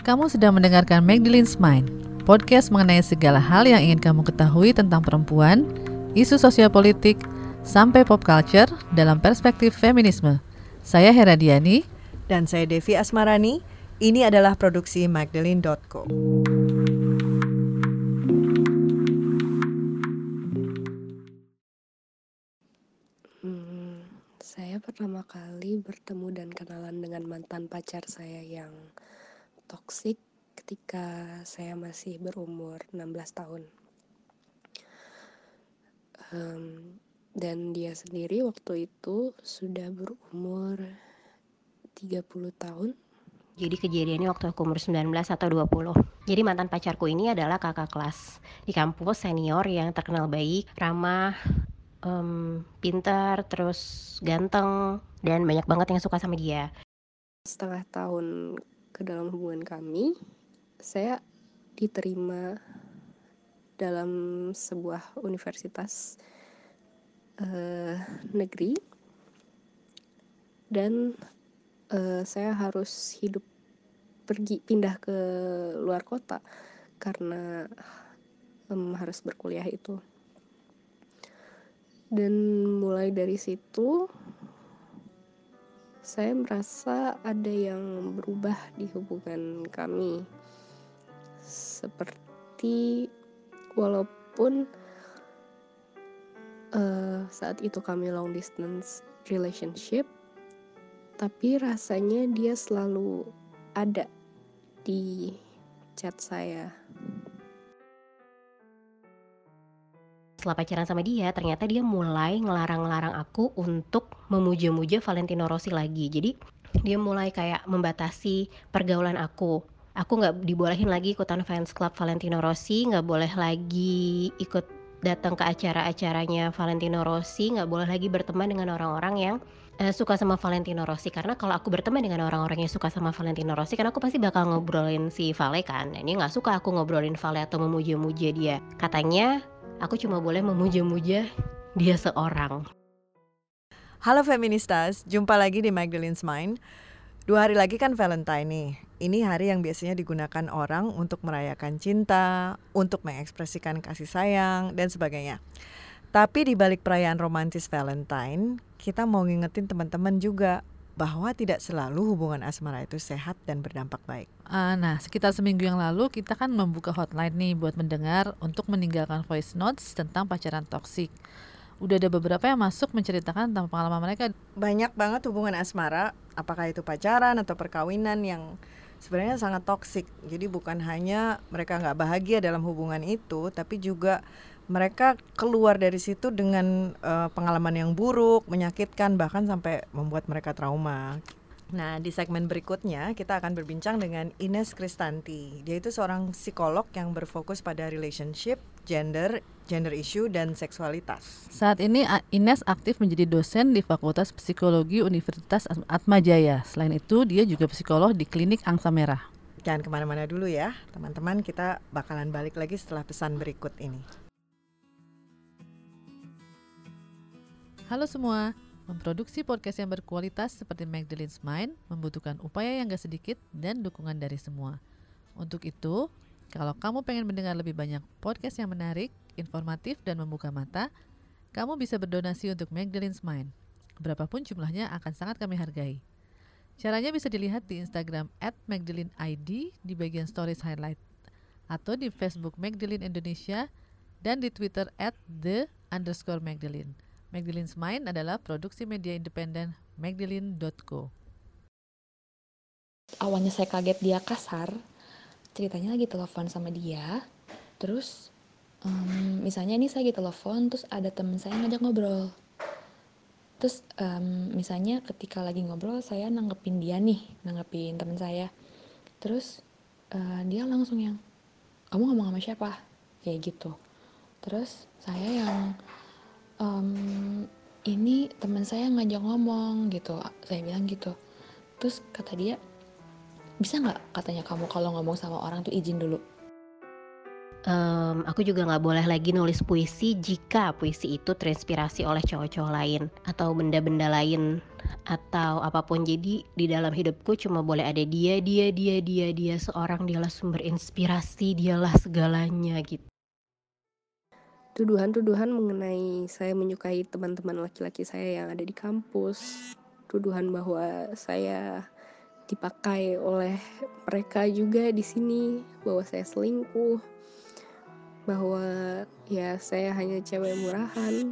Kamu sedang mendengarkan Magdalene's Mind, podcast mengenai segala hal yang ingin kamu ketahui tentang perempuan, isu sosial politik, sampai pop culture dalam perspektif feminisme. Saya Hera Diani. Dan saya Devi Asmarani. Ini adalah produksi Magdalene.co. Saya pertama kali bertemu dan kenalan dengan mantan pacar saya yang toksik ketika saya masih berumur 16 tahun. Dan dia sendiri waktu itu sudah berumur 30 tahun. Jadi kejadiannya waktu aku umur 19 atau 20. Jadi mantan pacarku ini adalah kakak kelas di kampus, senior yang terkenal baik, ramah, pintar, terus ganteng, dan banyak banget yang suka sama dia. Setengah tahun ke dalam hubungan kami, saya diterima dalam sebuah universitas negeri, dan saya harus pindah ke luar kota karena harus berkuliah itu. Dan mulai dari situ saya merasa ada yang berubah di hubungan kami. Seperti walaupun saat itu kami long distance relationship, tapi rasanya dia selalu ada di chat saya. Setelah pacaran sama dia, ternyata dia mulai ngelarang-larang aku untuk memuja-muja Valentino Rossi lagi. Jadi dia mulai kayak membatasi pergaulan aku. Aku gak dibolehin lagi ikutan fans club Valentino Rossi, gak boleh lagi ikut datang ke acara-acaranya Valentino Rossi, gak boleh lagi berteman dengan orang-orang yang suka sama Valentino Rossi. Karena kalau aku berteman dengan orang-orang yang suka sama Valentino Rossi, kan aku pasti bakal ngobrolin si Vale kan. Dan dia gak suka aku ngobrolin Vale atau memuja-muja dia. Katanya aku cuma boleh memuja-muja dia seorang. Halo feministas, jumpa lagi di Magdalene's Mind. 2 hari lagi kan Valentine nih. Ini hari yang biasanya digunakan orang untuk merayakan cinta, untuk mengekspresikan kasih sayang, dan sebagainya. Tapi di balik perayaan romantis Valentine, kita mau ngingetin teman-teman juga bahwa tidak selalu hubungan asmara itu sehat dan berdampak baik. Nah, sekitar seminggu yang lalu kita kan membuka hotline nih buat mendengar untuk meninggalkan voice notes tentang pacaran toksik. Udah ada beberapa yang masuk menceritakan tentang pengalaman mereka. Banyak banget hubungan asmara, apakah itu pacaran atau perkawinan yang sebenarnya sangat toksik. Jadi bukan hanya mereka nggak bahagia dalam hubungan itu, tapi juga mereka keluar dari situ dengan pengalaman yang buruk, menyakitkan, bahkan sampai membuat mereka trauma. Nah, di segmen berikutnya kita akan berbincang dengan Ines Kristanti. Dia itu seorang psikolog yang berfokus pada relationship, gender issue, dan seksualitas. Saat ini Ines aktif menjadi dosen di Fakultas Psikologi Universitas Atmajaya. Selain itu, dia juga psikolog di Klinik Angsa Merah. Jangan kemana-mana dulu ya, teman-teman. Kita bakalan balik lagi setelah pesan berikut ini. Halo semua. Memproduksi podcast yang berkualitas seperti Magdalene's Mind membutuhkan upaya yang gak sedikit dan dukungan dari semua. Untuk itu, kalau kamu pengen mendengar lebih banyak podcast yang menarik, informatif, dan membuka mata, kamu bisa berdonasi untuk Magdalene's Mind. Berapapun jumlahnya akan sangat kami hargai. Caranya bisa dilihat di Instagram @magdaleneid di bagian stories highlight, atau di Facebook Magdalene Indonesia, dan di Twitter @the_Magdalene. Magdalene's Mind adalah produksi media independen Magdalene.co. Awalnya saya kaget dia kasar, ceritanya lagi telepon sama dia, terus misalnya ini saya lagi telepon, terus ada teman saya ngajak ngobrol. Terus misalnya ketika lagi ngobrol, saya nanggepin teman saya. Terus dia langsung yang, kamu ngomong sama siapa? Kayak gitu. Terus saya yang, ini teman saya ngajak ngomong gitu, saya bilang gitu. Terus kata dia, bisa nggak katanya kamu kalau ngomong sama orang tuh izin dulu? Aku juga gak boleh lagi nulis puisi jika puisi itu terinspirasi oleh cowok-cowok lain atau benda-benda lain atau apapun. Jadi di dalam hidupku cuma boleh ada dia seorang, dialah sumber inspirasi, dialah segalanya gitu. Tuduhan-tuduhan mengenai saya menyukai teman-teman laki-laki saya yang ada di kampus. Tuduhan bahwa saya dipakai oleh mereka juga di sini, bahwa saya selingkuh, bahwa ya saya hanya cewek murahan.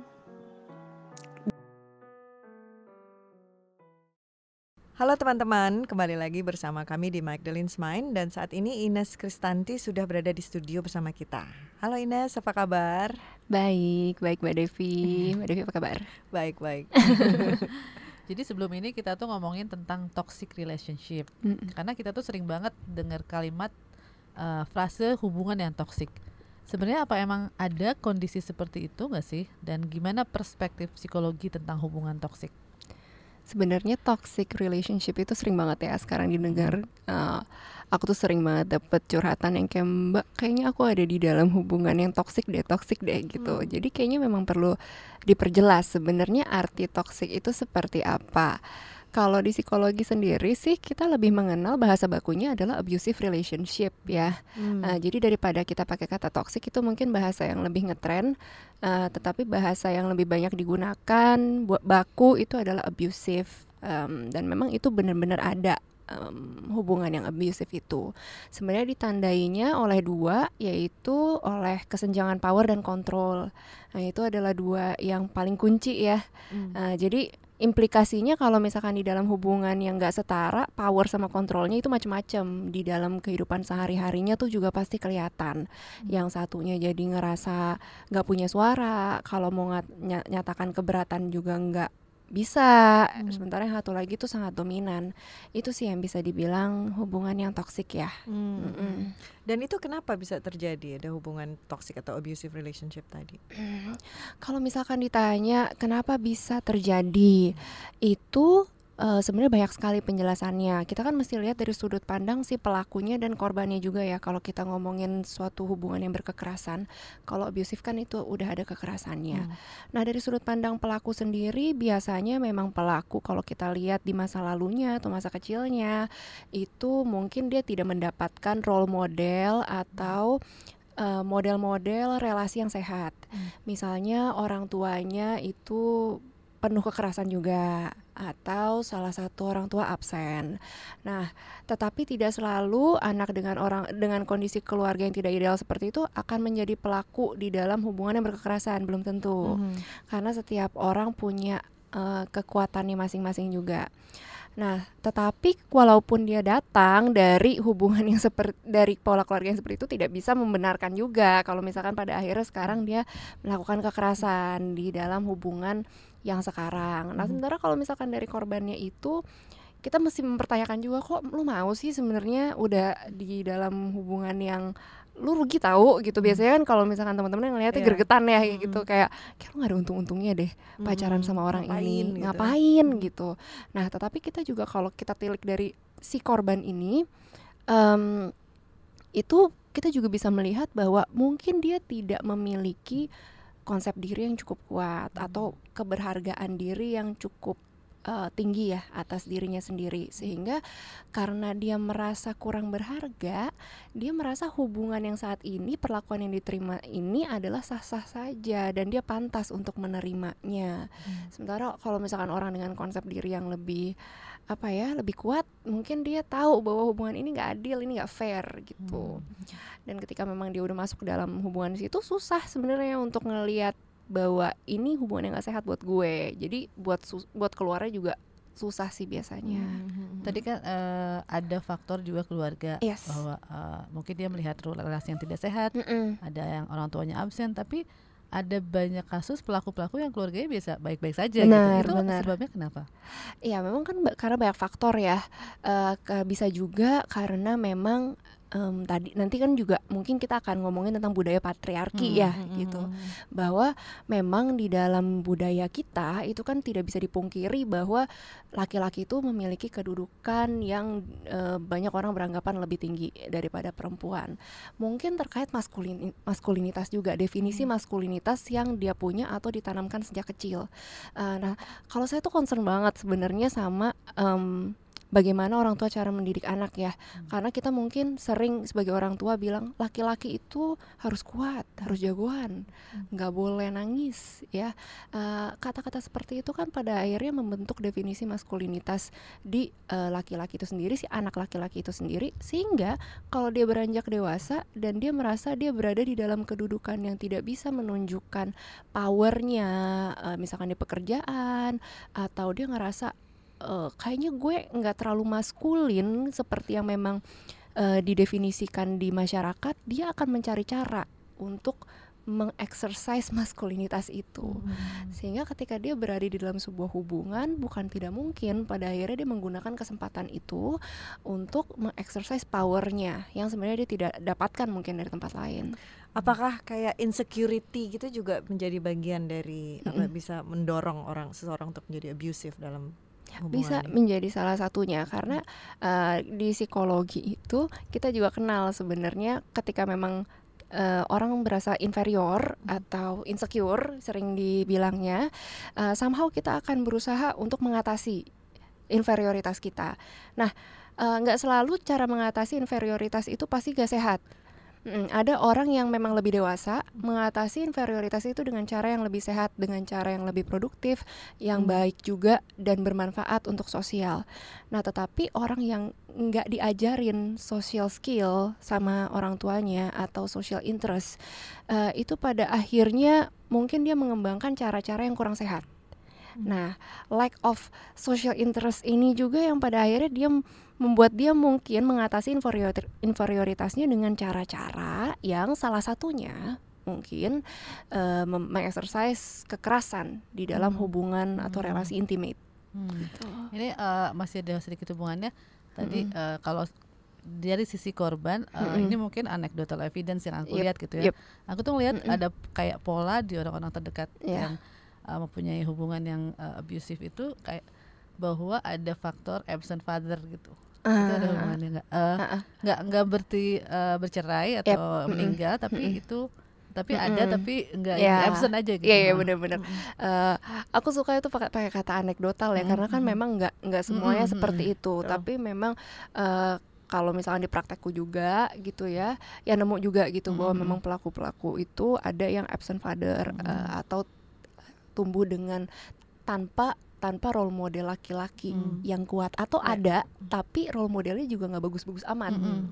Halo teman-teman, kembali lagi bersama kami di Magdalene's Mind dan saat ini Ines Kristanti sudah berada di studio bersama kita. Halo Ines, apa kabar? Baik Mbak Devi. Mbak Devi apa kabar? Baik. Jadi sebelum ini kita tuh ngomongin tentang toxic relationship. Karena kita tuh sering banget dengar kalimat frase hubungan yang toxic. Sebenarnya apa emang ada kondisi seperti itu nggak sih? Dan gimana perspektif psikologi tentang hubungan toxic? Sebenarnya toxic relationship itu sering banget ya sekarang didengar. Aku tuh sering banget dapet curhatan yang kayak, Mbak, kayaknya aku ada di dalam hubungan yang toxic deh gitu. Jadi kayaknya memang perlu diperjelas sebenarnya arti toxic itu seperti apa. Kalau di psikologi sendiri sih kita lebih mengenal bahasa bakunya adalah abusive relationship ya. Jadi daripada kita pakai kata toxic itu mungkin bahasa yang lebih ngetren, tetapi bahasa yang lebih banyak digunakan baku itu adalah abusive, dan memang itu benar-benar ada hubungan yang abusive itu. Sebenarnya ditandainya oleh dua, yaitu oleh kesenjangan power dan kontrol. Nah itu adalah dua yang paling kunci ya. Jadi implikasinya kalau misalkan di dalam hubungan yang gak setara, power sama kontrolnya itu macam-macam. Di dalam kehidupan sehari-harinya tuh juga pasti kelihatan. Yang satunya jadi ngerasa gak punya suara, kalau mau nyatakan keberatan juga gak bisa. Sementara yang satu lagi tuh sangat dominan. Itu sih yang bisa dibilang hubungan yang toksik ya. Dan itu kenapa bisa terjadi ada hubungan toxic atau abusive relationship tadi? Kalau misalkan ditanya kenapa bisa terjadi, itu sebenarnya banyak sekali penjelasannya. Kita kan mesti lihat dari sudut pandang si pelakunya dan korbannya juga ya. Kalau kita ngomongin suatu hubungan yang berkekerasan, kalau abusive kan itu udah ada kekerasannya. Nah dari sudut pandang pelaku sendiri, biasanya memang pelaku kalau kita lihat di masa lalunya atau masa kecilnya, itu mungkin dia tidak mendapatkan role model atau model-model relasi yang sehat. Misalnya orang tuanya itu penuh kekerasan juga, atau salah satu orang tua absen. Nah, tetapi tidak selalu anak dengan kondisi keluarga yang tidak ideal seperti itu akan menjadi pelaku di dalam hubungan yang berkekerasan, belum tentu. Karena setiap orang punya kekuatannya masing-masing juga. Nah, tetapi walaupun dia datang dari hubungan yang dari pola keluarga yang seperti itu, tidak bisa membenarkan juga kalau misalkan pada akhirnya sekarang dia melakukan kekerasan di dalam hubungan yang sekarang. Nah, sementara kalau misalkan dari korbannya itu, kita mesti mempertanyakan juga, kok lu mau sih sebenarnya udah di dalam hubungan yang lu rugi tahu gitu. Biasanya kan kalau misalkan teman-teman ngeliatnya gergetan ya gitu, kayak lu gak ada untung-untungnya deh pacaran sama orang ini, ngapain gitu. Nah tetapi kita juga kalau kita tilik dari si korban ini, itu kita juga bisa melihat bahwa mungkin dia tidak memiliki konsep diri yang cukup kuat atau keberhargaan diri yang cukup tinggi ya atas dirinya sendiri, sehingga karena dia merasa kurang berharga, dia merasa hubungan yang saat ini, perlakuan yang diterima ini adalah sah-sah saja dan dia pantas untuk menerimanya. Sementara kalau misalkan orang dengan konsep diri yang lebih lebih kuat, mungkin dia tahu bahwa hubungan ini nggak adil, ini nggak fair gitu. Dan ketika memang dia udah masuk ke dalam hubungan situ, susah sebenarnya untuk ngelihat bahwa ini hubungan yang gak sehat buat gue. Jadi buat keluarnya juga susah sih biasanya. Tadi kan ada faktor juga keluarga, bahwa mungkin dia melihat relasi yang tidak sehat, ada yang orang tuanya absen, tapi ada banyak kasus pelaku-pelaku yang keluarganya biasa baik-baik saja. Gitu. Itu sebabnya kenapa? Iya memang kan karena banyak faktor ya. Bisa juga karena memang tadi nanti kan juga mungkin kita akan ngomongin tentang budaya patriarki ya gitu, bahwa memang di dalam budaya kita itu kan tidak bisa dipungkiri bahwa laki-laki itu memiliki kedudukan yang banyak orang beranggapan lebih tinggi daripada perempuan. Mungkin terkait maskulinitas juga, definisi maskulinitas yang dia punya atau ditanamkan sejak kecil. Nah, kalau saya tuh concern banget sebenarnya sama bagaimana orang tua cara mendidik anak ya. Karena kita mungkin sering sebagai orang tua bilang laki-laki itu harus kuat, harus jagoan, nggak boleh nangis ya. Kata-kata seperti itu kan pada akhirnya membentuk definisi maskulinitas di laki-laki itu sendiri, si anak laki-laki itu sendiri, sehingga kalau dia beranjak dewasa dan dia merasa dia berada di dalam kedudukan yang tidak bisa menunjukkan powernya, misalkan di pekerjaan, atau dia ngerasa kayaknya gue nggak terlalu maskulin seperti yang memang didefinisikan di masyarakat, dia akan mencari cara untuk mengeksersis maskulinitas itu. Sehingga ketika dia berada di dalam sebuah hubungan, bukan tidak mungkin pada akhirnya dia menggunakan kesempatan itu untuk mengeksersis powernya yang sebenarnya dia tidak dapatkan mungkin dari tempat lain. Apakah kayak insecurity gitu juga menjadi bagian dari bisa mendorong seseorang untuk menjadi abusive dalam bisa menjadi salah satunya, karena di psikologi itu kita juga kenal sebenarnya ketika memang orang merasa inferior atau insecure sering dibilangnya, somehow kita akan berusaha untuk mengatasi inferioritas kita. Nah, nggak selalu cara mengatasi inferioritas itu pasti gak sehat. Ada orang yang memang lebih dewasa mengatasi inferioritas itu dengan cara yang lebih sehat, dengan cara yang lebih produktif, yang baik juga dan bermanfaat untuk sosial. Nah, tetapi orang yang nggak diajarin social skill sama orang tuanya atau social interest, itu pada akhirnya mungkin dia mengembangkan cara-cara yang kurang sehat. Nah, lack of social interest ini juga yang pada akhirnya dia membuat dia mungkin mengatasi inferioritasnya dengan cara-cara yang salah satunya mungkin mengeksersis kekerasan di dalam hubungan atau relasi intimate. Ini masih ada sedikit hubungannya tadi kalau dari sisi korban, ini mungkin anecdotal evidence yang aku lihat gitu ya. Aku tuh ngelihat ada kayak pola di orang-orang terdekat yang mempunyai hubungan yang abusive itu, kayak bahwa ada faktor absent father gitu. Itu ada hubungannya nggak bercerai atau meninggal, tapi itu ada tapi nggak absent aja gitu. Iya, benar-benar. Aku suka itu pakai kata anekdotal ya, karena kan memang nggak semuanya seperti itu, tapi memang kalau misalnya di praktekku juga gitu ya nemu juga gitu bahwa memang pelaku-pelaku itu ada yang absent father atau tumbuh dengan tanpa role model laki-laki yang kuat, atau ada tapi role modelnya juga nggak bagus-bagus amat.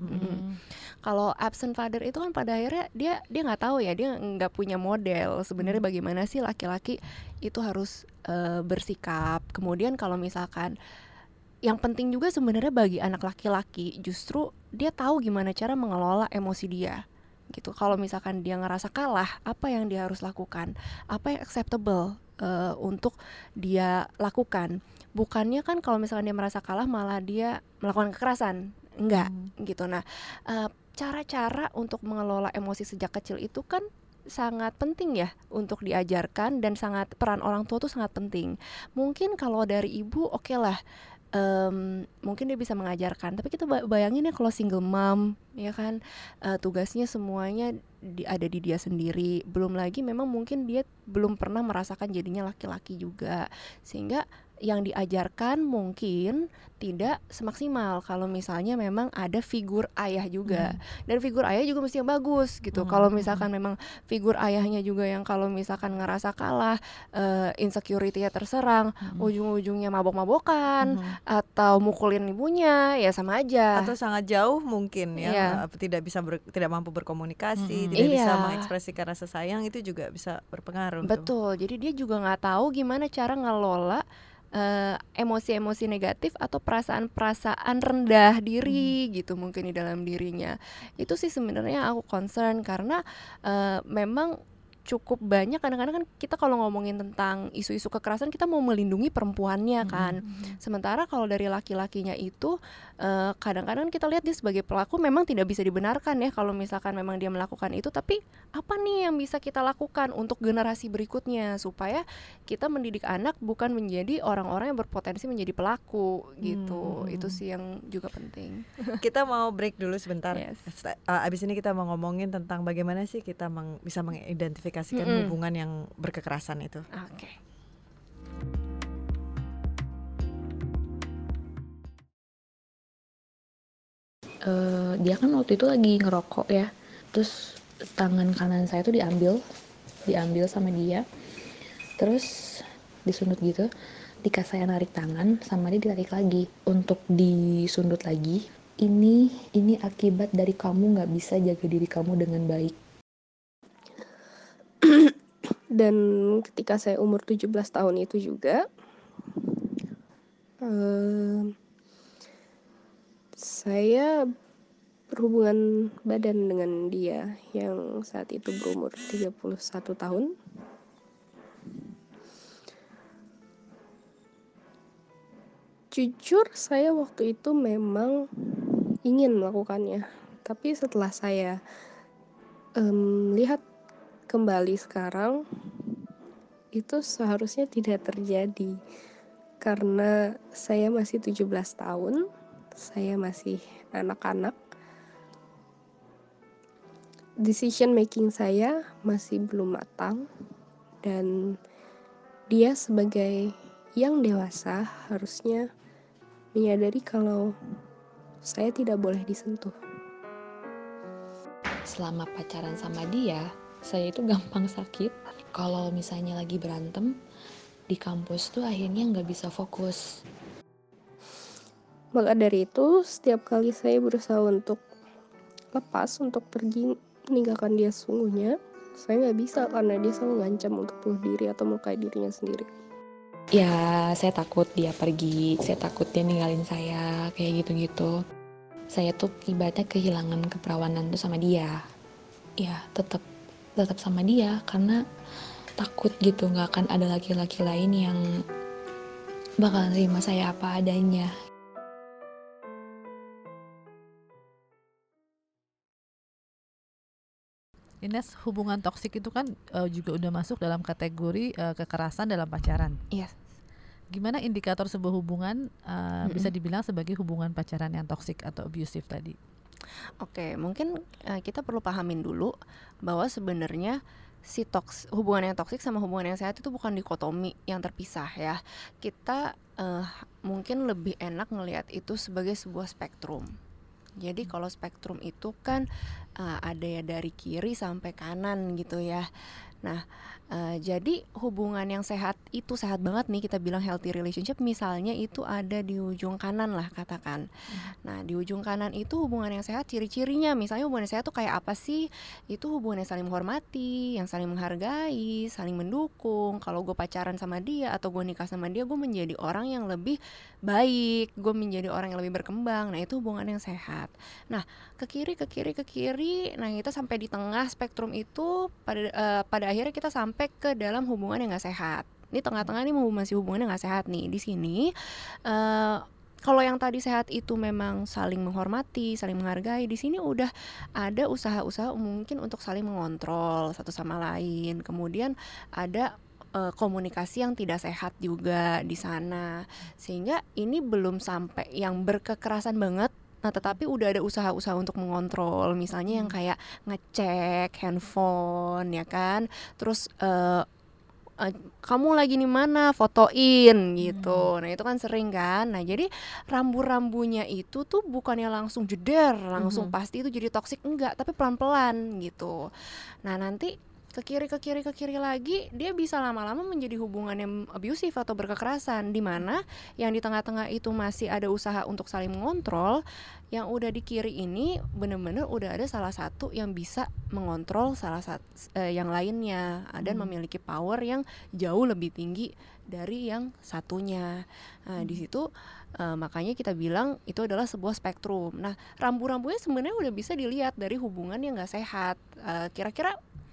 Kalau absent father itu kan pada akhirnya dia nggak tahu ya, dia nggak punya model sebenarnya bagaimana sih laki-laki itu harus bersikap. Kemudian kalau misalkan yang penting juga sebenarnya bagi anak laki-laki, justru dia tahu gimana cara mengelola emosi dia gitu. Kalau misalkan dia ngerasa kalah, apa yang dia harus lakukan, apa yang acceptable untuk dia lakukan. Bukannya kan kalau misalkan dia merasa kalah malah dia melakukan kekerasan, enggak gitu. Nah, cara-cara untuk mengelola emosi sejak kecil itu kan sangat penting ya untuk diajarkan, dan peran orang tua tuh sangat penting. Mungkin kalau dari ibu oke lah, mungkin dia bisa mengajarkan, tapi kita bayangin ya kalau single mom ya kan, tugasnya semuanya ada di dia sendiri, belum lagi memang mungkin dia belum pernah merasakan jadinya laki-laki juga, sehingga yang diajarkan mungkin tidak semaksimal kalau misalnya memang ada figur ayah juga. Dan figur ayah juga mesti yang bagus gitu. Kalau misalkan memang figur ayahnya juga yang kalau misalkan ngerasa kalah, insecurity-nya terserang, ujung-ujungnya mabok-mabokan atau mukulin ibunya, ya sama aja. Atau sangat jauh mungkin ya, tidak mampu berkomunikasi, tidak bisa mengekspresikan rasa sayang, itu juga bisa berpengaruh. Betul. Jadi dia juga nggak tahu gimana cara ngelola emosi-emosi negatif atau perasaan-perasaan rendah diri gitu mungkin di dalam dirinya. Itu sih sebenarnya aku concern, karena memang cukup banyak. Kadang-kadang kan kita kalau ngomongin tentang isu-isu kekerasan, kita mau melindungi perempuannya kan. Sementara kalau dari laki-lakinya itu kadang-kadang kita lihat dia sebagai pelaku memang tidak bisa dibenarkan ya kalau misalkan memang dia melakukan itu. Tapi apa nih yang bisa kita lakukan untuk generasi berikutnya supaya kita mendidik anak bukan menjadi orang-orang yang berpotensi menjadi pelaku gitu. Itu sih yang juga penting. Kita mau break dulu sebentar. Yes. Abis ini kita mau ngomongin tentang bagaimana sih kita bisa mengidentifikasikan hubungan yang berkekerasan itu. Oke. Dia kan waktu itu lagi ngerokok ya, terus tangan kanan saya tuh diambil sama dia, terus disundut gitu. Ketika saya narik tangan sama dia ditarik lagi untuk disundut lagi. Ini akibat dari kamu nggak bisa jaga diri kamu dengan baik. Dan ketika saya umur 17 tahun itu juga saya berhubungan badan dengan dia yang saat itu berumur 31 tahun. Jujur saya waktu itu memang ingin melakukannya, tapi setelah saya lihat kembali sekarang, itu seharusnya tidak terjadi karena saya masih 17 tahun, saya masih anak-anak, decision making saya masih belum matang, dan dia sebagai yang dewasa harusnya menyadari kalau saya tidak boleh disentuh. Selama pacaran sama dia, saya itu gampang sakit. Kalau misalnya lagi berantem di kampus tuh akhirnya nggak bisa fokus. Maka dari itu, setiap kali saya berusaha untuk lepas, untuk pergi meninggalkan dia sesungguhnya, saya nggak bisa karena dia selalu ngancam untuk bunuh diri atau melukai dirinya sendiri. Ya, saya takut dia pergi, saya takut dia ninggalin saya, kayak gitu-gitu. Saya tuh ibaratnya kehilangan keperawanan tuh sama dia. Ya, tetap sama dia karena takut gitu nggak akan ada laki-laki lain yang bakal nerima saya apa adanya. Ines, hubungan toksik itu kan juga udah masuk dalam kategori kekerasan dalam pacaran. Yes. Gimana indikator sebuah hubungan bisa dibilang sebagai hubungan pacaran yang toksik atau abusive tadi? Oke, mungkin kita perlu pahamin dulu bahwa sebenarnya hubungan yang toksik sama hubungan yang sehat itu bukan dikotomi yang terpisah ya. Kita mungkin lebih enak ngelihat itu sebagai sebuah spektrum. Jadi kalau spektrum itu kan ada ya dari kiri sampai kanan gitu ya. Nah, jadi hubungan yang sehat itu sehat banget nih, kita bilang healthy relationship misalnya itu ada di ujung kanan lah katakan. Nah, di ujung kanan itu hubungan yang sehat ciri-cirinya, misalnya hubungan yang sehat tuh kayak apa sih? Itu hubungan yang saling menghormati, yang saling menghargai, saling mendukung. Kalau gue pacaran sama dia atau gue nikah sama dia, gue menjadi orang yang lebih baik, gue menjadi orang yang lebih berkembang. Nah, itu hubungan yang sehat. Nah, ke kiri, nah kita sampai di tengah spektrum itu pada akhirnya kita sampai ke dalam hubungan yang nggak sehat. Ini tengah-tengah nih masih hubungan yang nggak sehat nih. Di sini kalau yang tadi sehat itu memang saling menghormati, saling menghargai. Di sini udah ada usaha-usaha mungkin untuk saling mengontrol satu sama lain. Kemudian ada komunikasi yang tidak sehat juga di sana. Sehingga ini belum sampai yang berkekerasan banget. Nah, tetapi udah ada usaha-usaha untuk mengontrol, misalnya yang kayak ngecek handphone ya kan, terus kamu lagi di mana, fotoin gitu. Nah, itu kan sering kan. Nah, jadi rambu-rambunya itu tuh bukannya langsung jeder, langsung pasti itu jadi toksik, enggak, tapi pelan-pelan gitu. Nah, nanti ke kiri lagi dia bisa lama-lama menjadi hubungan yang abusive atau berkekerasan, di mana yang di tengah-tengah itu masih ada usaha untuk saling mengontrol. Yang udah di kiri ini benar-benar udah ada salah satu yang bisa mengontrol yang lainnya dan memiliki power yang jauh lebih tinggi dari yang satunya. Nah, di situ makanya kita bilang itu adalah sebuah spektrum. Nah, rambu-rambunya sebenarnya udah bisa dilihat dari hubungan yang nggak sehat. Kira-kira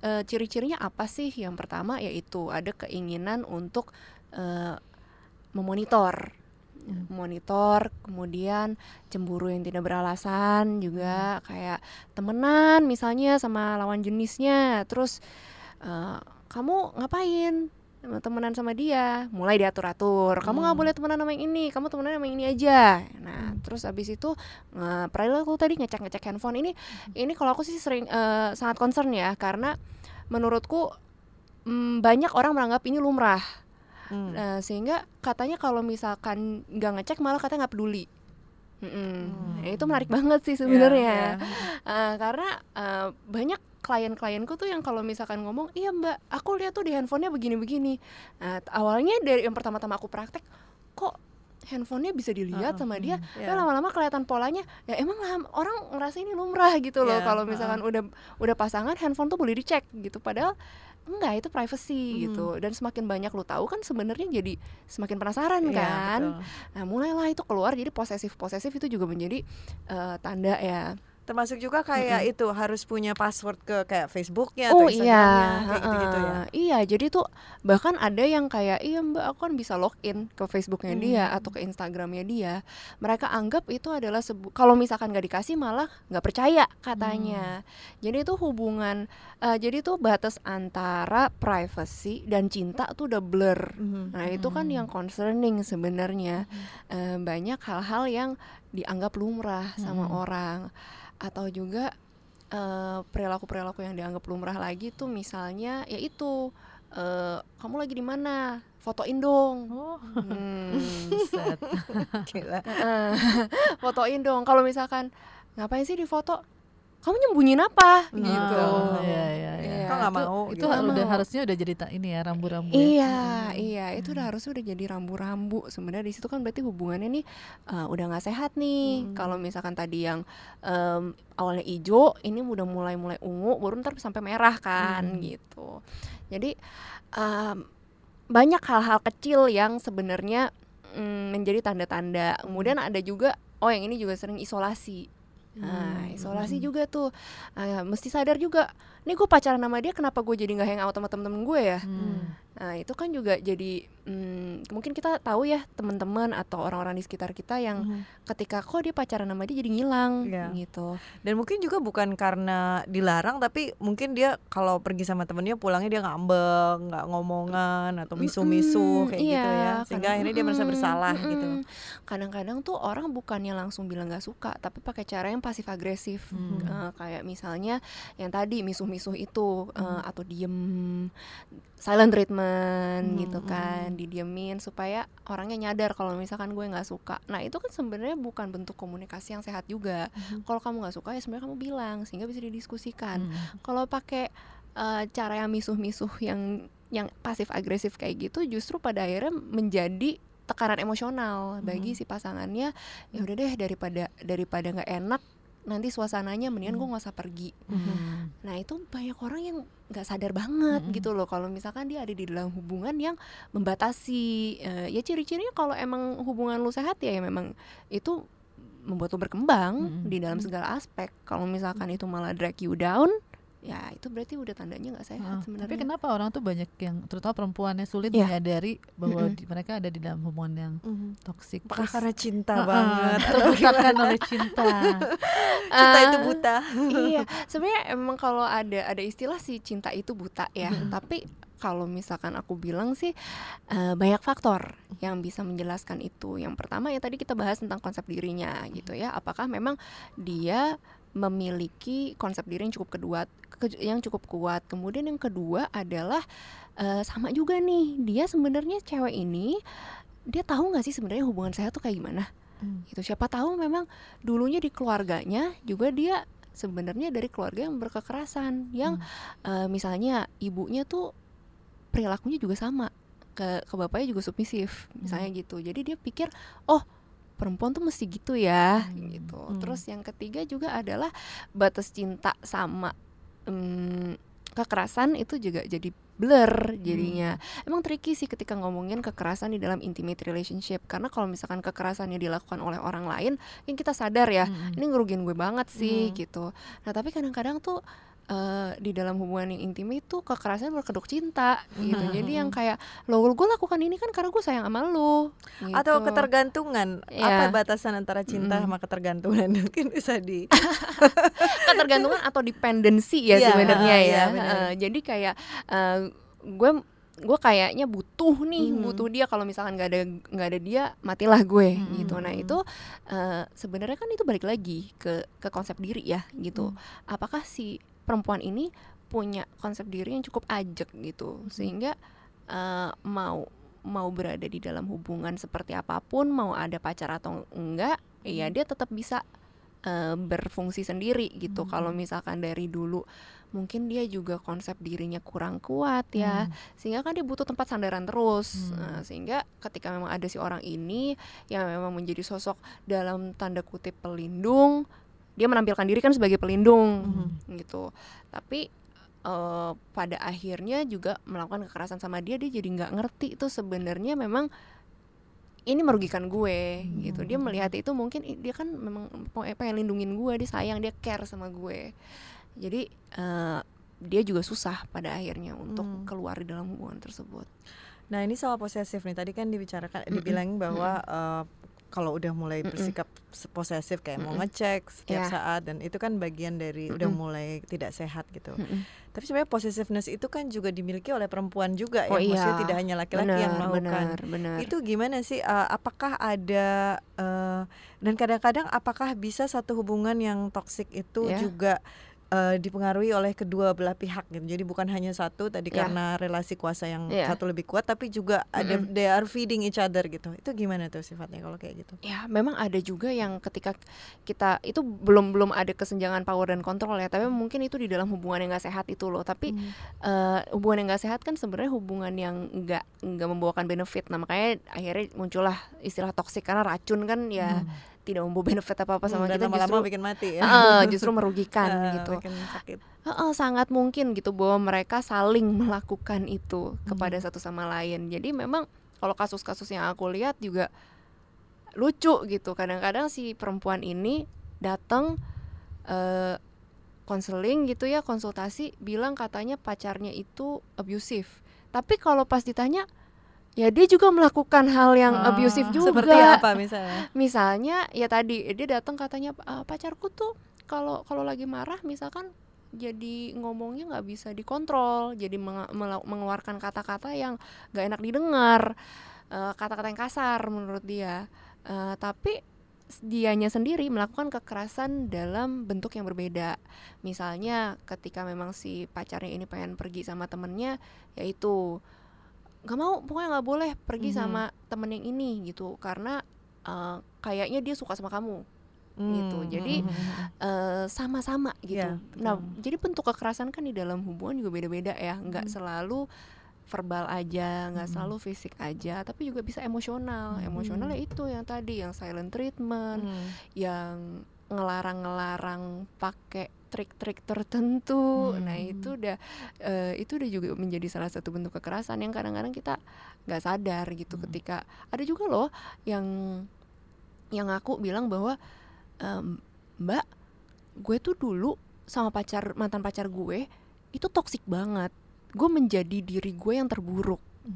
ciri-cirinya apa sih? Yang pertama yaitu ada keinginan untuk memonitor, kemudian cemburu yang tidak beralasan juga, kayak temenan misalnya sama lawan jenisnya, terus kamu ngapain temenan sama dia, mulai diatur-atur, kamu nggak boleh temenan sama yang ini, kamu temenan sama yang ini aja. Nah terus abis itu perilaku tadi ngecek handphone ini kalau aku sih sering sangat concern ya, karena menurutku banyak orang menganggap ini lumrah. Sehingga katanya kalau misalkan nggak ngecek malah katanya nggak peduli. Itu menarik banget sih sebenarnya. Karena banyak klien-klienku tuh yang kalau misalkan ngomong, iya mbak, aku lihat tuh di handphonenya begini-begini. Awalnya dari yang pertama-tama aku praktek, kok handphonenya bisa dilihat sama dia, lama-lama kelihatan polanya. Ya emang orang ngerasa ini lumrah gitu loh. Kalau misalkan udah pasangan, handphone tuh boleh dicek gitu. Padahal enggak, itu privacy gitu. Dan semakin banyak lu tahu kan sebenarnya jadi semakin penasaran kan. Nah mulailah itu keluar, jadi posesif itu juga menjadi tanda ya. Termasuk juga kayak itu harus punya password ke kayak Facebooknya atau Instagramnya, kayak gitu-gitu ya. Iya, jadi tuh bahkan ada yang kayak, iya mbak aku kan bisa login ke Facebooknya dia atau ke Instagramnya dia. Mereka anggap itu adalah kalau misalkan nggak dikasih malah nggak percaya katanya. Jadi itu hubungan, jadi tuh batas antara privacy dan cinta tuh udah blur. Nah itu kan yang concerning sebenarnya. Banyak hal-hal yang dianggap lumrah sama orang. Atau juga perilaku-perilaku yang dianggap lumrah lagi tuh misalnya yaitu kamu lagi di mana, fotoin dong. Fotoin dong. Kalau misalkan ngapain sih di foto, kamu nyembunyiin apa gitu. Kok nggak mau itu gitu. harusnya udah jadi ini ya, rambu-rambu. Iya, itu udah harusnya udah jadi rambu-rambu. Sebenarnya di situ kan berarti hubungannya nih udah nggak sehat nih. Kalau misalkan tadi yang awalnya hijau, ini udah mulai ungu, baru ntar sampai merah kan gitu. Jadi banyak hal-hal kecil yang sebenarnya menjadi tanda-tanda. Kemudian ada juga, yang ini juga sering isolasi. Nah, isolasi juga tuh mesti sadar juga, nih gue pacaran sama dia, kenapa gue jadi nggak hangout sama temen-temen gue ya. Nah itu kan juga jadi mungkin kita tahu ya teman-teman atau orang-orang di sekitar kita yang ketika kok dia pacaran sama dia jadi ngilang gitu. Dan mungkin juga bukan karena dilarang, tapi mungkin dia kalau pergi sama temennya pulangnya dia ngambek, nggak ngomongan atau misuh-misuh kayak gitu ya, sehingga akhirnya dia merasa bersalah gitu. Kadang-kadang tuh orang bukannya langsung bilang nggak suka, tapi pakai cara yang pasif agresif. Kayak misalnya yang tadi misuh-misuh itu atau diem, silent treatment gitu kan, didiemin supaya orangnya nyadar kalau misalkan gue nggak suka. Nah itu kan sebenarnya bukan bentuk komunikasi yang sehat juga. Kalau kamu nggak suka ya sebenarnya kamu bilang sehingga bisa didiskusikan. Kalau pakai cara yang misuh-misuh yang pasif agresif kayak gitu, justru pada akhirnya menjadi tekanan emosional bagi si pasangannya. Ya udah deh, daripada nggak enak nanti suasananya, mendingan gue nggak usah pergi. Nah itu banyak orang yang nggak sadar banget gitu loh, kalau misalkan dia ada di dalam hubungan yang membatasi. Ya ciri-cirinya kalau emang hubungan lu sehat ya memang itu membuat lu berkembang di dalam segala aspek. Kalau misalkan itu malah drag you down, ya itu berarti udah tandanya nggak sehat sebenarnya. Tapi kenapa orang tuh banyak yang, terutama perempuannya, sulit menyadari bahwa mereka ada di dalam hubungan yang toksik? Apakah karena cinta banget? Terbutakan oleh cinta. Cinta itu buta. Iya, sebenarnya emang kalau ada istilah sih cinta itu buta ya. Tapi kalau misalkan aku bilang sih banyak faktor yang bisa menjelaskan itu. Yang pertama ya tadi kita bahas tentang konsep dirinya gitu ya. Apakah memang dia memiliki konsep diri yang cukup kuat. Kemudian yang kedua adalah sama juga nih, dia sebenarnya cewek ini dia tahu nggak sih sebenarnya hubungan saya tuh kayak gimana? Gitu. Siapa tahu memang dulunya di keluarganya juga dia sebenarnya dari keluarga yang berkekerasan, yang misalnya ibunya tuh perilakunya juga sama, ke bapaknya juga submisif misalnya gitu. Jadi dia pikir perempuan tuh mesti gitu ya gitu. Terus yang ketiga juga adalah batas cinta sama kekerasan itu juga jadi blur jadinya. Emang tricky sih ketika ngomongin kekerasan di dalam intimate relationship, karena kalau misalkan kekerasannya dilakukan oleh orang lain yang kita sadar ya ini ngerugiin gue banget sih gitu. Nah tapi kadang-kadang tuh di dalam hubungan yang intim itu kekerasan berkedok cinta gitu. Jadi yang kayak lo gue lakukan ini kan karena gue sayang sama lo gitu. Atau ketergantungan. Apa batasan antara cinta sama ketergantungan? Mungkin bisa di ketergantungan atau dependency ya sebenarnya ya. Jadi kayak gue kayaknya butuh dia, kalau misalkan nggak ada dia matilah gue gitu. Nah itu sebenarnya kan itu balik lagi ke konsep diri ya gitu. Apakah si perempuan ini punya konsep diri yang cukup ajak gitu sehingga mau berada di dalam hubungan seperti apapun, mau ada pacar atau enggak, ya dia tetap bisa berfungsi sendiri gitu. Kalau misalkan dari dulu mungkin dia juga konsep dirinya kurang kuat ya, sehingga kan dia butuh tempat sandaran terus. Sehingga ketika memang ada si orang ini yang memang menjadi sosok dalam tanda kutip pelindung, dia menampilkan diri kan sebagai pelindung gitu. Tapi pada akhirnya juga melakukan kekerasan sama dia jadi nggak ngerti itu sebenarnya memang ini merugikan gue gitu. Dia melihat itu mungkin dia kan memang pengen lindungin gue, dia sayang, dia care sama gue. Jadi dia juga susah pada akhirnya untuk keluar di dalam hubungan tersebut. Nah ini soal posesif nih, tadi kan dibilangin bahwa kalau udah mulai bersikap posesif kayak mau ngecek setiap saat, dan itu kan bagian dari udah mulai tidak sehat gitu. Tapi sebenarnya possessiveness itu kan juga dimiliki oleh perempuan juga ya, maksudnya tidak hanya laki-laki yang melakukan. Itu gimana sih? Apakah ada dan kadang-kadang apakah bisa satu hubungan yang toksik itu juga dipengaruhi oleh kedua belah pihak gitu. Jadi bukan hanya satu tadi karena relasi kuasa yang satu lebih kuat, tapi juga ada they are feeding each other gitu. Itu gimana tuh sifatnya kalau kayak gitu? Ya memang ada juga yang ketika kita itu belum ada kesenjangan power dan kontrol ya, tapi mungkin itu di dalam hubungan yang nggak sehat itu loh. Tapi hubungan yang nggak sehat kan sebenarnya hubungan yang nggak membawakan benefit. Nah makanya akhirnya muncullah istilah toksik, karena racun kan ya tidak membawa benefit apa-apa sama kita, lama-lama bikin mati ya. Justru merugikan gitu. Bikin sakit. Sangat mungkin gitu bahwa mereka saling melakukan itu kepada satu sama lain. Jadi memang kalau kasus-kasus yang aku lihat juga lucu gitu. Kadang-kadang si perempuan ini datang konseling gitu ya, konsultasi, bilang katanya pacarnya itu abusive. Tapi kalau pas ditanya, ya dia juga melakukan hal yang abusive juga. Seperti apa misalnya? Misalnya ya tadi dia datang katanya pacarku tuh kalau lagi marah misalkan jadi ngomongnya nggak bisa dikontrol, jadi mengeluarkan kata-kata yang nggak enak didengar, kata-kata yang kasar menurut dia. Tapi dianya sendiri melakukan kekerasan dalam bentuk yang berbeda. Misalnya ketika memang si pacarnya ini pengen pergi sama temennya, yaitu nggak mau, pokoknya nggak boleh pergi sama temen yang ini gitu, karena kayaknya dia suka sama kamu gitu. Jadi sama-sama gitu. Nah jadi bentuk kekerasan kan di dalam hubungan juga beda-beda ya, nggak selalu verbal aja, nggak selalu fisik aja, tapi juga bisa emosional. Emosional ya itu yang tadi, yang silent treatment, yang ngelarang pakai trik-trik tertentu. Nah itu udah juga menjadi salah satu bentuk kekerasan yang kadang-kadang kita nggak sadar gitu. Ketika ada juga loh yang aku bilang bahwa Mbak, gue tuh dulu sama mantan pacar gue itu toksik banget, gue menjadi diri gue yang terburuk.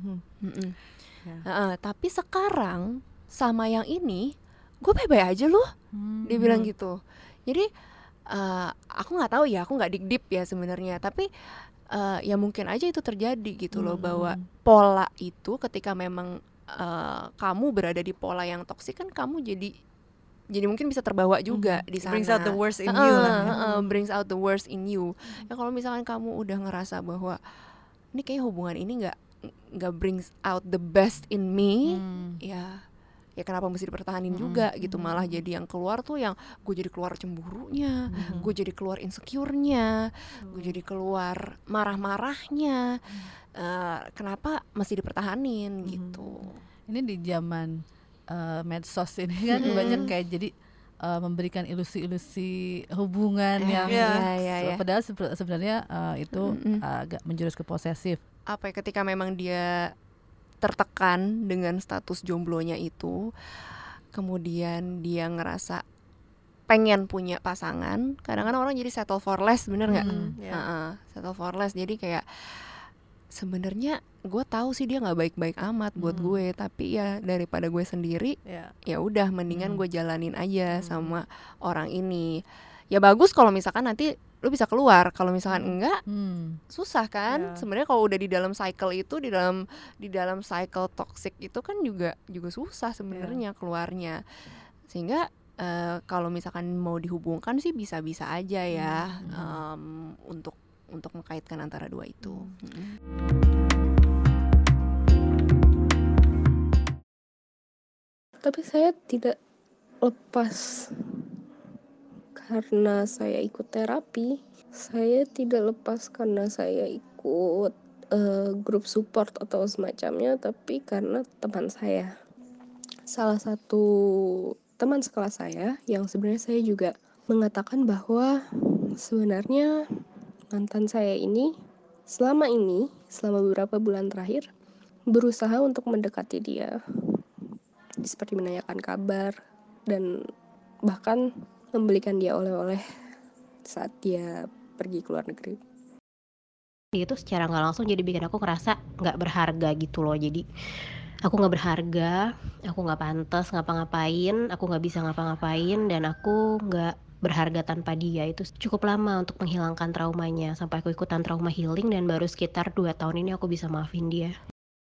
Tapi sekarang sama yang ini gue baik-baik aja loh. Dia bilang gitu. Jadi aku nggak tahu ya, aku nggak dig-deep ya sebenarnya, tapi ya mungkin aja itu terjadi gitu loh, bahwa pola itu ketika memang kamu berada di pola yang toksik kan kamu jadi mungkin bisa terbawa juga di sana. Brings out the worst in you lah. Brings out the worst in you. Ya kalau misalkan kamu udah ngerasa bahwa ini kayak hubungan ini nggak brings out the best in me, ya kenapa mesti dipertahanin juga gitu. Malah jadi yang keluar tuh yang gue jadi keluar cemburunya, gue jadi keluar insecure-nya, gue jadi keluar marah-marahnya. Kenapa mesti dipertahanin gitu. Ini di zaman medsos ini kan banyak kayak jadi memberikan ilusi-ilusi hubungan yang padahal sebenarnya itu agak menjurus ke posesif. Apa ya, ketika memang dia tertekan dengan status jomblonya itu, kemudian dia ngerasa pengen punya pasangan, kadang-kadang orang jadi settle for less, bener nggak? Settle for less, jadi kayak sebenarnya gue tahu sih dia nggak baik-baik amat buat gue, tapi ya daripada gue sendiri, ya udah mendingan gue jalanin aja sama orang ini. Ya bagus kalau misalkan nanti lu bisa keluar, kalau misalkan enggak, susah kan? Sebenarnya kalau udah di dalam cycle itu, di dalam cycle toxic itu kan juga susah sebenarnya keluarnya. Sehingga kalau misalkan mau dihubungkan sih bisa-bisa aja ya, untuk mengkaitkan antara dua itu. Tapi saya tidak lepas karena saya ikut terapi. Saya tidak lepas karena saya ikut grup support atau semacamnya, tapi karena teman saya. Salah satu teman sekelas saya yang sebenarnya saya juga mengatakan bahwa sebenarnya mantan saya ini selama beberapa bulan terakhir berusaha untuk mendekati dia, seperti menanyakan kabar dan bahkan membelikan dia oleh-oleh saat dia pergi ke luar negeri. Itu secara nggak langsung jadi bikin aku ngerasa nggak berharga gitu loh. Jadi aku nggak berharga, aku nggak pantas ngapa-ngapain, aku nggak bisa ngapa-ngapain, dan aku nggak berharga tanpa dia. Itu cukup lama untuk menghilangkan traumanya, sampai aku ikutan trauma healing, dan baru sekitar 2 tahun ini aku bisa maafin dia.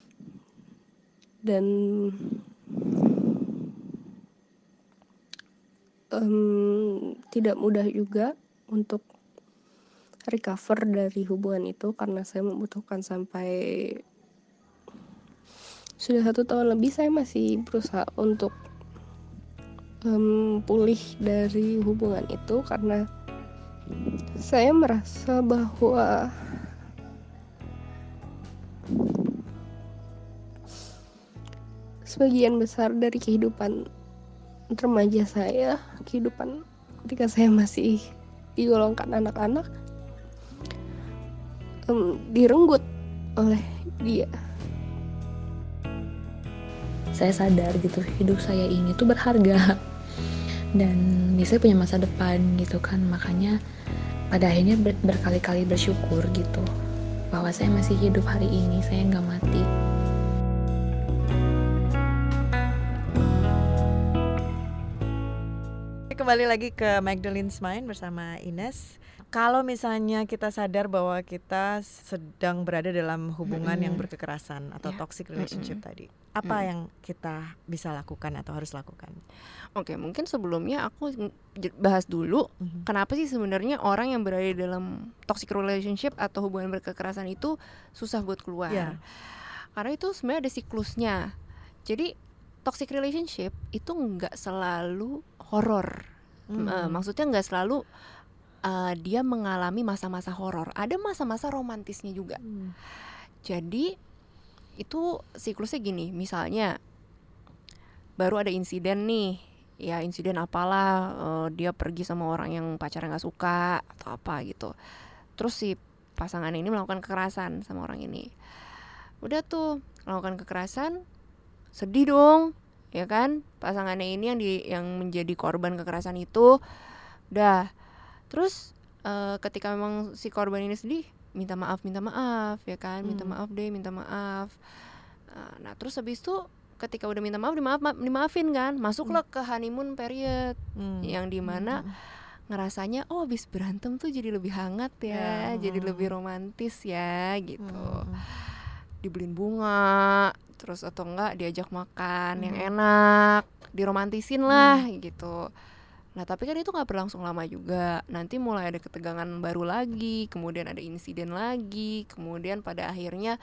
Dan tidak mudah juga untuk recover dari hubungan itu, karena saya membutuhkan sampai sudah 1 tahun lebih saya masih berusaha untuk pulih dari hubungan itu, karena saya merasa bahwa sebagian besar dari kehidupan remaja saya, kehidupan ketika saya masih digolongkan anak-anak, direnggut oleh dia. Saya sadar gitu, hidup saya ini tuh berharga dan saya punya masa depan gitu kan. Makanya pada akhirnya berkali-kali bersyukur gitu bahwa saya masih hidup hari ini, saya nggak mati. Kembali lagi ke Magdalene's Mind bersama Ines. Kalau misalnya kita sadar bahwa kita sedang berada dalam hubungan yang berkekerasan atau toxic relationship tadi, apa yang kita bisa lakukan atau harus lakukan? Oke, mungkin sebelumnya aku bahas dulu kenapa sih sebenarnya orang yang berada dalam toxic relationship atau hubungan berkekerasan itu susah buat keluar. Karena itu sebenarnya ada siklusnya. Jadi toxic relationship itu nggak selalu horor. Maksudnya nggak selalu dia mengalami masa-masa horor. Ada masa-masa romantisnya juga. Jadi itu siklusnya gini, misalnya baru ada insiden nih, ya insiden apalah, dia pergi sama orang yang pacarnya nggak suka atau apa gitu. Terus si pasangan ini melakukan kekerasan sama orang ini. Udah tuh melakukan kekerasan, sedih dong, ya kan? Pasangannya ini yang menjadi korban kekerasan itu, udah. Terus ketika memang si korban ini sedih, minta maaf ya kan, minta maaf. Nah terus habis itu ketika udah minta maaf, dimaafin kan, masuklah ke honeymoon period, yang dimana ngerasanya habis berantem tuh jadi lebih hangat ya, jadi lebih romantis ya gitu. Dibeliin bunga, terus atau enggak diajak makan yang enak, diromantisin lah gitu. Nah tapi kan itu gak berlangsung lama juga. Nanti mulai ada ketegangan baru lagi, kemudian ada insiden lagi, kemudian pada akhirnya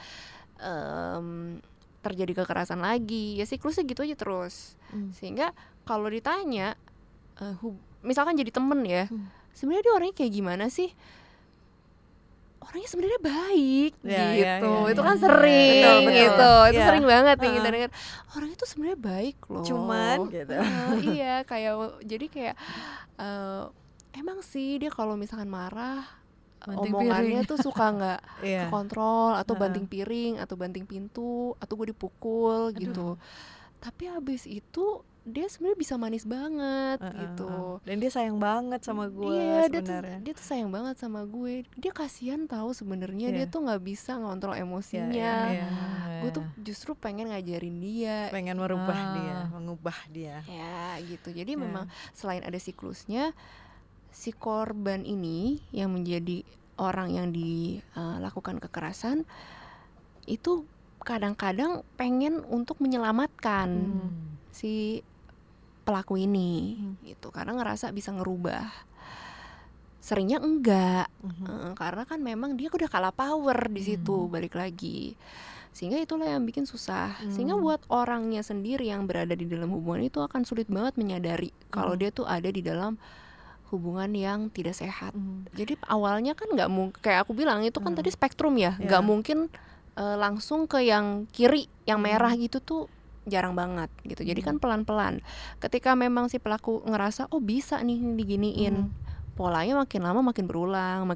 terjadi kekerasan lagi. Ya siklusnya gitu aja terus. Sehingga kalau ditanya, misalkan jadi temen ya, sebenarnya dia orangnya kayak gimana sih? Orangnya sebenarnya baik gitu. Itu kan sering gitu. Itu sering banget nih kita dengar. Orangnya tuh sebenarnya baik loh. Cuman gitu. Iya, jadi kayak emang sih dia kalau misalkan marah, omongannya tuh suka nggak kekontrol, atau banting piring, atau banting pintu, atau gue dipukul gitu. Tapi habis itu dia sebenarnya bisa manis banget gitu. Dan dia sayang banget sama gue Iya, sebenarnya. dia tuh sayang banget sama gue. Dia kasihan tahu sebenarnya dia tuh nggak bisa ngontrol emosinya. Gue tuh justru pengen ngajarin dia, pengen merubah dia, mengubah dia. Ya gitu. Jadi memang selain ada siklusnya, si korban ini yang menjadi orang yang dilakukan kekerasan itu kadang-kadang pengen untuk menyelamatkan si pelaku ini gitu, karena ngerasa bisa ngerubah. Seringnya enggak, karena kan memang dia udah kalah power di situ, balik lagi. Sehingga itulah yang bikin susah. Sehingga buat orangnya sendiri yang berada di dalam hubungan itu akan sulit banget menyadari kalau dia tuh ada di dalam hubungan yang tidak sehat. Jadi awalnya kan nggak mungkin, kayak aku bilang itu kan tadi spektrum ya, nggak mungkin langsung ke yang kiri, yang merah gitu tuh jarang banget gitu. Jadi kan pelan-pelan. Ketika memang si pelaku ngerasa oh bisa nih diginiin, polanya makin lama makin berulang,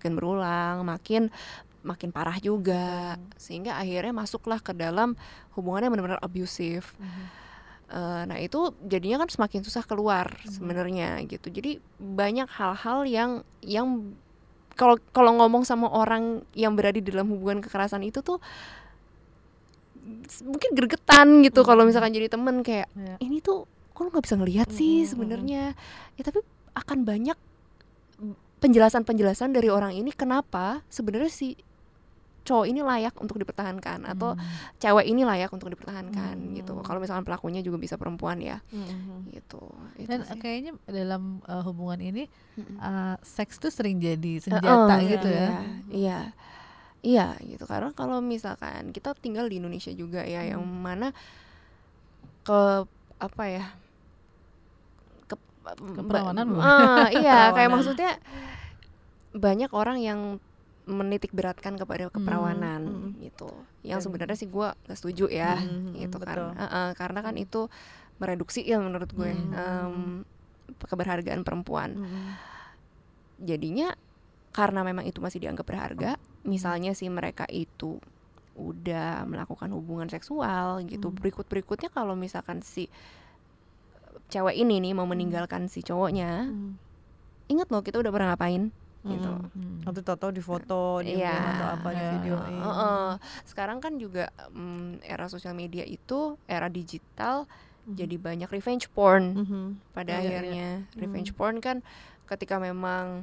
makin parah juga, sehingga akhirnya masuklah ke dalam hubungan yang benar-benar abusif. Nah itu jadinya kan semakin susah keluar sebenarnya gitu. Jadi banyak hal-hal yang kalau ngomong sama orang yang berada di dalam hubungan kekerasan itu tuh mungkin gregetan gitu kalau misalkan jadi temen kayak ini tuh kok lo nggak bisa ngelihat sih sebenarnya. Ya tapi akan banyak penjelasan dari orang ini kenapa sebenarnya si cowok ini layak untuk dipertahankan atau cewek ini layak untuk dipertahankan gitu. Kalau misalkan pelakunya juga bisa perempuan ya, gitu. Dan kayaknya dalam hubungan ini seks tuh sering jadi senjata gitu ya. Iya gitu. Karena kalau misalkan kita tinggal di Indonesia juga ya, yang mana keperawanan iya kayak maksudnya banyak orang yang menitik beratkan kepada keperawanan gitu, yang sebenarnya sih gue gak setuju ya gitu kan, karena kan itu mereduksi ya menurut gue keberhargaan perempuan. Jadinya karena memang itu masih dianggap berharga, misalnya sih mereka itu udah melakukan hubungan seksual gitu, berikutnya kalau misalkan si cewek ini nih mau meninggalkan si cowoknya, ingat loh kita udah pernah ngapain gitu. Atau tahu di foto, di atau apa di video. Sekarang kan juga era sosial media itu era digital, jadi banyak revenge porn pada akhirnya. Revenge porn kan ketika memang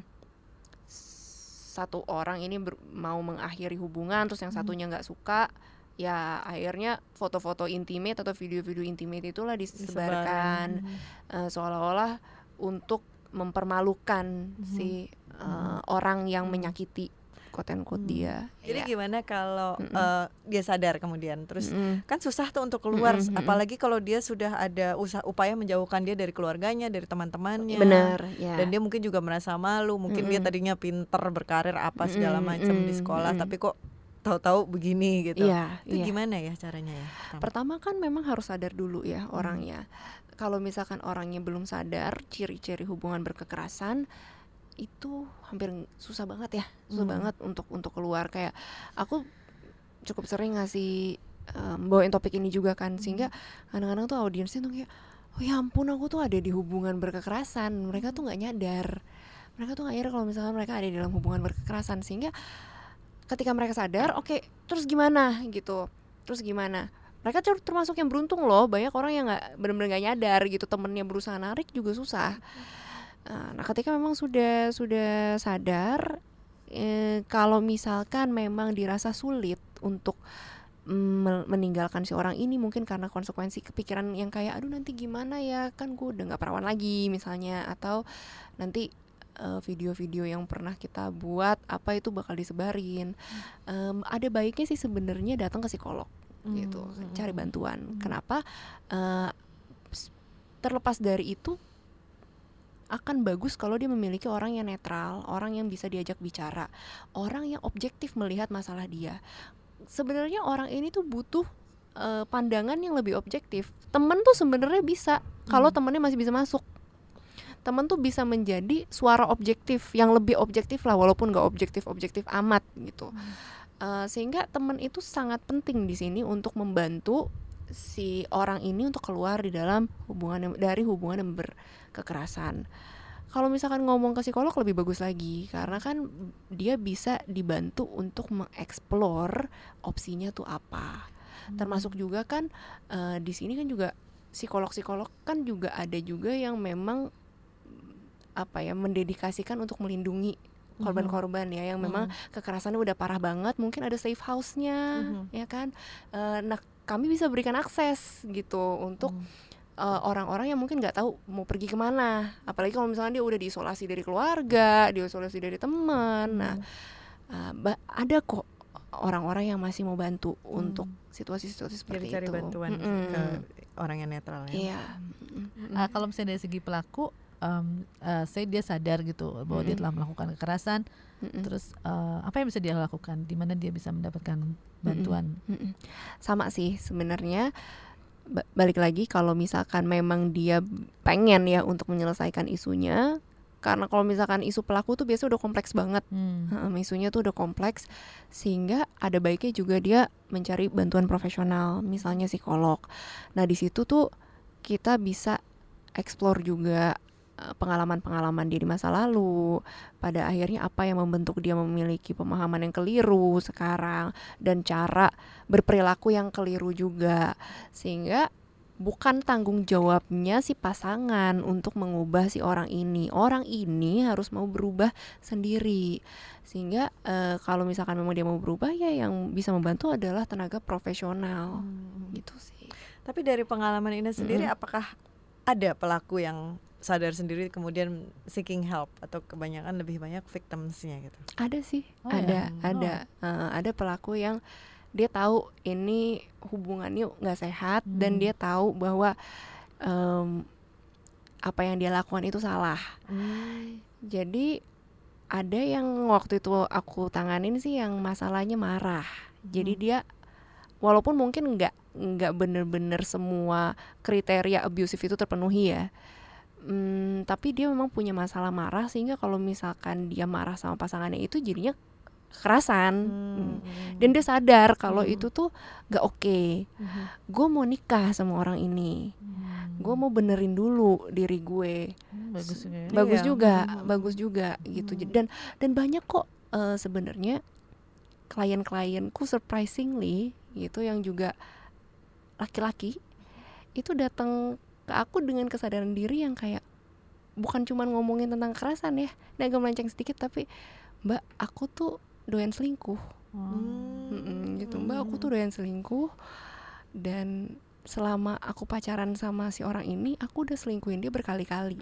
satu orang ini mau mengakhiri hubungan terus yang satunya nggak suka, ya akhirnya foto-foto intimate atau video-video intimate itulah disebarkan seolah-olah untuk mempermalukan si orang yang menyakiti quote-unquote dia. Jadi gimana kalau dia sadar kemudian terus kan susah tuh untuk keluar, apalagi kalau dia sudah ada upaya menjauhkan dia dari keluarganya, dari teman-temannya. Benar, ya. Dan dia mungkin juga merasa malu, mungkin dia tadinya pinter, berkarir apa segala macam di sekolah, tapi kok tahu-tahu begini gitu. Itu gimana ya caranya ya? Pertama kan memang harus sadar dulu ya orangnya. Kalau misalkan orangnya belum sadar ciri-ciri hubungan berkekerasan, itu hampir susah banget ya, susah banget untuk keluar. Kayak aku cukup sering ngasih bawain topik ini juga kan, sehingga kadang-kadang tuh audiensnya tuh kayak, oh ya ampun aku tuh ada di hubungan berkekerasan. Mereka tuh nggak nyadar kalau misalkan mereka ada di dalam hubungan berkekerasan. Sehingga ketika mereka sadar, oke, terus gimana gitu, mereka termasuk yang beruntung loh. Banyak orang yang nggak benar-benar nggak nyadar gitu, temennya berusaha narik juga susah. Nah ketika memang sudah sadar, kalau misalkan memang dirasa sulit untuk meninggalkan si orang ini, mungkin karena konsekuensi kepikiran yang kayak aduh nanti gimana ya, kan gue udah gak perawan lagi misalnya, atau nanti video-video yang pernah kita buat apa itu bakal disebarin, ada baiknya sih sebenarnya datang ke psikolog gitu, cari bantuan. Kenapa? Terlepas dari itu, akan bagus kalau dia memiliki orang yang netral, orang yang bisa diajak bicara, orang yang objektif melihat masalah dia. Sebenarnya orang ini tuh butuh pandangan yang lebih objektif. Temen tuh sebenarnya bisa, kalau temennya masih bisa masuk. Temen tuh bisa menjadi suara objektif, yang lebih objektif lah, walaupun gak objektif amat gitu. Sehingga temen itu sangat penting di sini untuk membantu si orang ini untuk keluar dari hubungan yang berkekerasan. Kalau misalkan ngomong ke psikolog lebih bagus lagi, karena kan dia bisa dibantu untuk mengeksplor opsinya tuh apa. Termasuk juga kan di sini kan juga psikolog kan juga ada juga yang memang mendedikasikan untuk melindungi korban-korban ya, yang memang kekerasannya udah parah banget, mungkin ada safe house-nya, ya kan. Nah, kami bisa berikan akses gitu untuk orang-orang yang mungkin nggak tahu mau pergi kemana, apalagi kalau misalnya dia udah diisolasi dari keluarga, diisolasi dari teman. Nah, ada kok orang-orang yang masih mau bantu untuk situasi-situasi seperti Jadi cari itu. bantuan ke orang yang netral ya. Iya. Kalau misalnya dari segi pelaku, saya dia sadar gitu bahwa dia telah melakukan kekerasan, terus apa yang bisa dia lakukan, di mana dia bisa mendapatkan bantuan? Sama sih sebenarnya. Balik lagi, kalau misalkan memang dia pengen ya untuk menyelesaikan isunya, karena kalau misalkan isu pelaku tuh biasanya udah kompleks banget, isunya tuh udah kompleks, sehingga ada baiknya juga dia mencari bantuan profesional, misalnya psikolog. Nah di situ tuh kita bisa explore juga pengalaman-pengalaman dia di masa lalu, pada akhirnya apa yang membentuk dia memiliki pemahaman yang keliru sekarang, dan cara berperilaku yang keliru juga, sehingga bukan tanggung jawabnya si pasangan untuk mengubah si orang ini harus mau berubah sendiri. Sehingga kalau misalkan memang dia mau berubah, ya yang bisa membantu adalah tenaga profesional, gitu sih. Tapi dari pengalaman Ina sendiri, apakah ada pelaku yang sadar sendiri kemudian seeking help, atau kebanyakan lebih banyak victimsnya gitu? Ada sih, ya? ada pelaku yang dia tahu ini hubungannya nggak sehat, dan dia tahu bahwa apa yang dia lakukan itu salah. Jadi ada yang waktu itu aku tanganin sih yang masalahnya marah. Jadi dia walaupun mungkin nggak bener-bener semua kriteria abusive itu terpenuhi ya, tapi dia memang punya masalah marah, sehingga kalau misalkan dia marah sama pasangannya itu jadinya kekerasan. Dan dia sadar kalau itu tuh gak oke. Gue mau nikah sama orang ini, gue mau benerin dulu diri gue. Bagus juga gitu. Dan banyak kok sebenarnya klien-klienku surprisingly gitu yang juga laki-laki itu datang ke aku dengan kesadaran diri yang kayak bukan cuma ngomongin tentang kekerasan ya, dan agak melenceng sedikit, tapi Mbak, aku tuh doyan selingkuh. Gitu, Mbak, aku tuh doyan selingkuh, dan selama aku pacaran sama si orang ini, aku udah selingkuhin dia berkali-kali.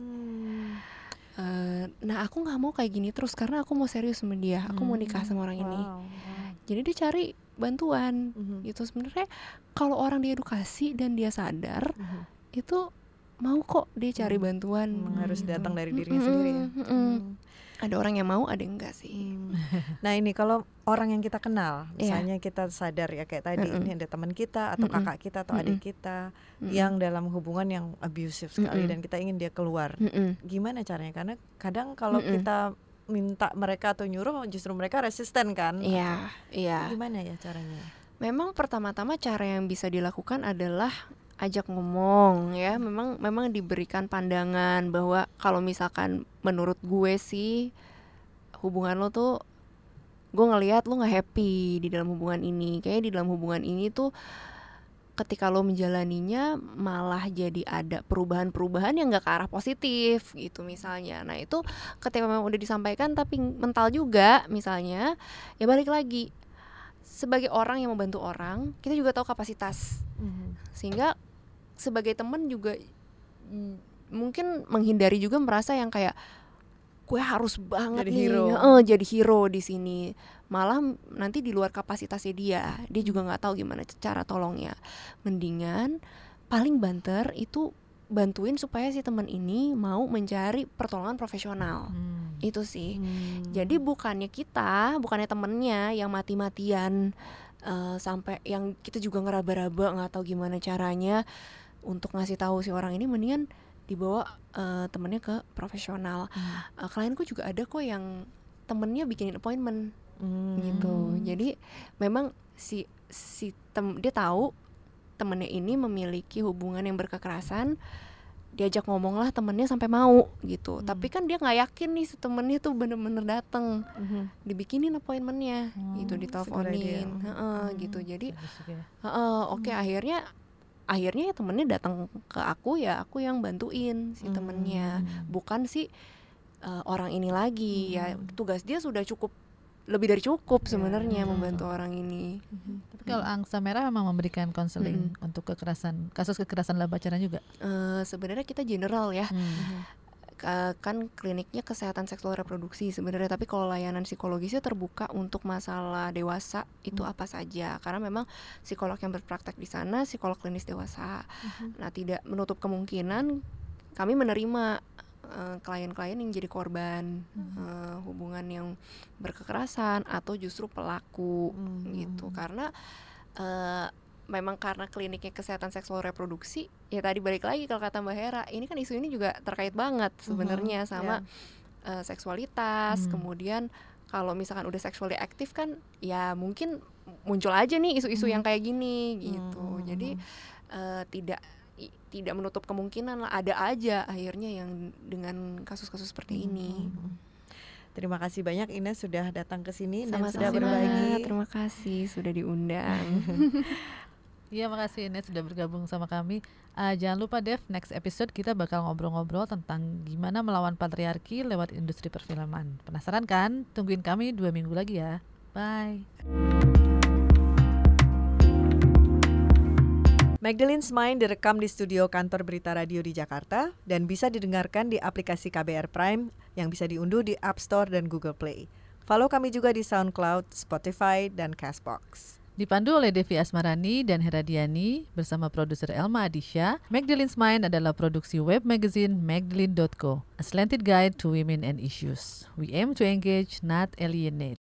Nah, aku nggak mau kayak gini terus, karena aku mau serius sama dia, aku mau nikah sama orang ini. Jadi dia cari bantuan gitu. Sebenarnya kalau orang diedukasi dan dia sadar, itu mau kok dia cari bantuan. Harus datang dari dirinya sendiri ya. Ada orang yang mau, ada yang enggak sih. Nah ini kalau orang yang kita kenal, misalnya kita sadar ya kayak tadi, ini ada teman kita atau kakak kita atau adik kita yang dalam hubungan yang abusive sekali, dan kita ingin dia keluar. Gimana caranya? Karena kadang kalau kita minta mereka atau nyuruh, justru mereka resisten kan. Iya. Gimana ya caranya? Memang pertama-tama cara yang bisa dilakukan adalah ajak ngomong ya. Memang diberikan pandangan bahwa kalau misalkan menurut gue sih hubungan lo tuh, gue ngelihat lo nggak happy di dalam hubungan ini. Kayaknya di dalam hubungan ini tuh ketika lo menjalaninya malah jadi ada perubahan-perubahan yang nggak ke arah positif gitu misalnya. Nah itu ketika memang udah disampaikan tapi mental juga misalnya, ya balik lagi, sebagai orang yang membantu orang, kita juga tahu kapasitas. Sehingga sebagai teman juga mungkin menghindari juga merasa yang kayak gue harus banget jadi hero di sini. Malah nanti di luar kapasitasnya dia juga nggak tahu gimana cara tolongnya. Mendingan paling banter itu bantuin supaya si teman ini mau mencari pertolongan profesional. Itu sih. Jadi bukannya temennya yang mati-matian sampai yang kita juga ngeraba-raba nggak tahu gimana caranya untuk ngasih tahu si orang ini, mendingan dibawa temennya ke profesional. Klienku juga ada kok yang temennya bikinin appointment gitu. Jadi memang dia tahu temennya ini memiliki hubungan yang berkekerasan, diajak ngomong lah temennya sampai mau gitu. Tapi kan dia nggak yakin nih si temennya tuh bener-bener dateng, dibikinin appointmentnya gitu, diteleponin, gitu. Jadi oke, akhirnya ya temennya datang ke aku, ya aku yang bantuin si temennya, bukan si orang ini lagi. Ya tugas dia sudah lebih dari cukup sebenarnya membantu orang ini. Tapi kalau Angsa Merah memang memberikan konseling untuk kasus kekerasan dalam pacaran juga. Sebenarnya kita general ya. Kan kliniknya kesehatan seksual reproduksi sebenarnya, tapi kalau layanan psikologisnya terbuka untuk masalah dewasa itu apa saja, karena memang psikolog yang berpraktek di sana psikolog klinis dewasa. Nah, tidak menutup kemungkinan kami menerima klien-klien yang jadi korban hubungan yang berkekerasan atau justru pelaku gitu, karena memang karena kliniknya kesehatan seksual reproduksi, ya tadi balik lagi kalau kata Mbak Hera, ini kan isu ini juga terkait banget sebenarnya sama seksualitas. Kemudian kalau misalkan udah sexually aktif kan ya mungkin muncul aja nih isu-isu yang kayak gini gitu. Jadi tidak menutup kemungkinan lah, ada aja akhirnya yang dengan kasus-kasus seperti ini. Terima kasih banyak Ines sudah datang ke sini dan Sama-sama. sudah berbagi. Terima kasih sudah diundang. Iya, makasih Ines sudah bergabung sama kami. Jangan lupa Dev, next episode kita bakal ngobrol-ngobrol tentang gimana melawan patriarki lewat industri perfilman. Penasaran kan? Tungguin kami 2 minggu lagi ya. Bye. Magdalene's Mind direkam di studio kantor Berita Radio di Jakarta dan bisa didengarkan di aplikasi KBR Prime yang bisa diunduh di App Store dan Google Play. Follow kami juga di SoundCloud, Spotify, dan Castbox. Dipandu oleh Devi Asmarani dan Heradiani bersama produser Elma Adisha, Magdalene's Mind adalah produksi web magazine Magdalene.co, a slanted guide to women and issues. We aim to engage, not alienate.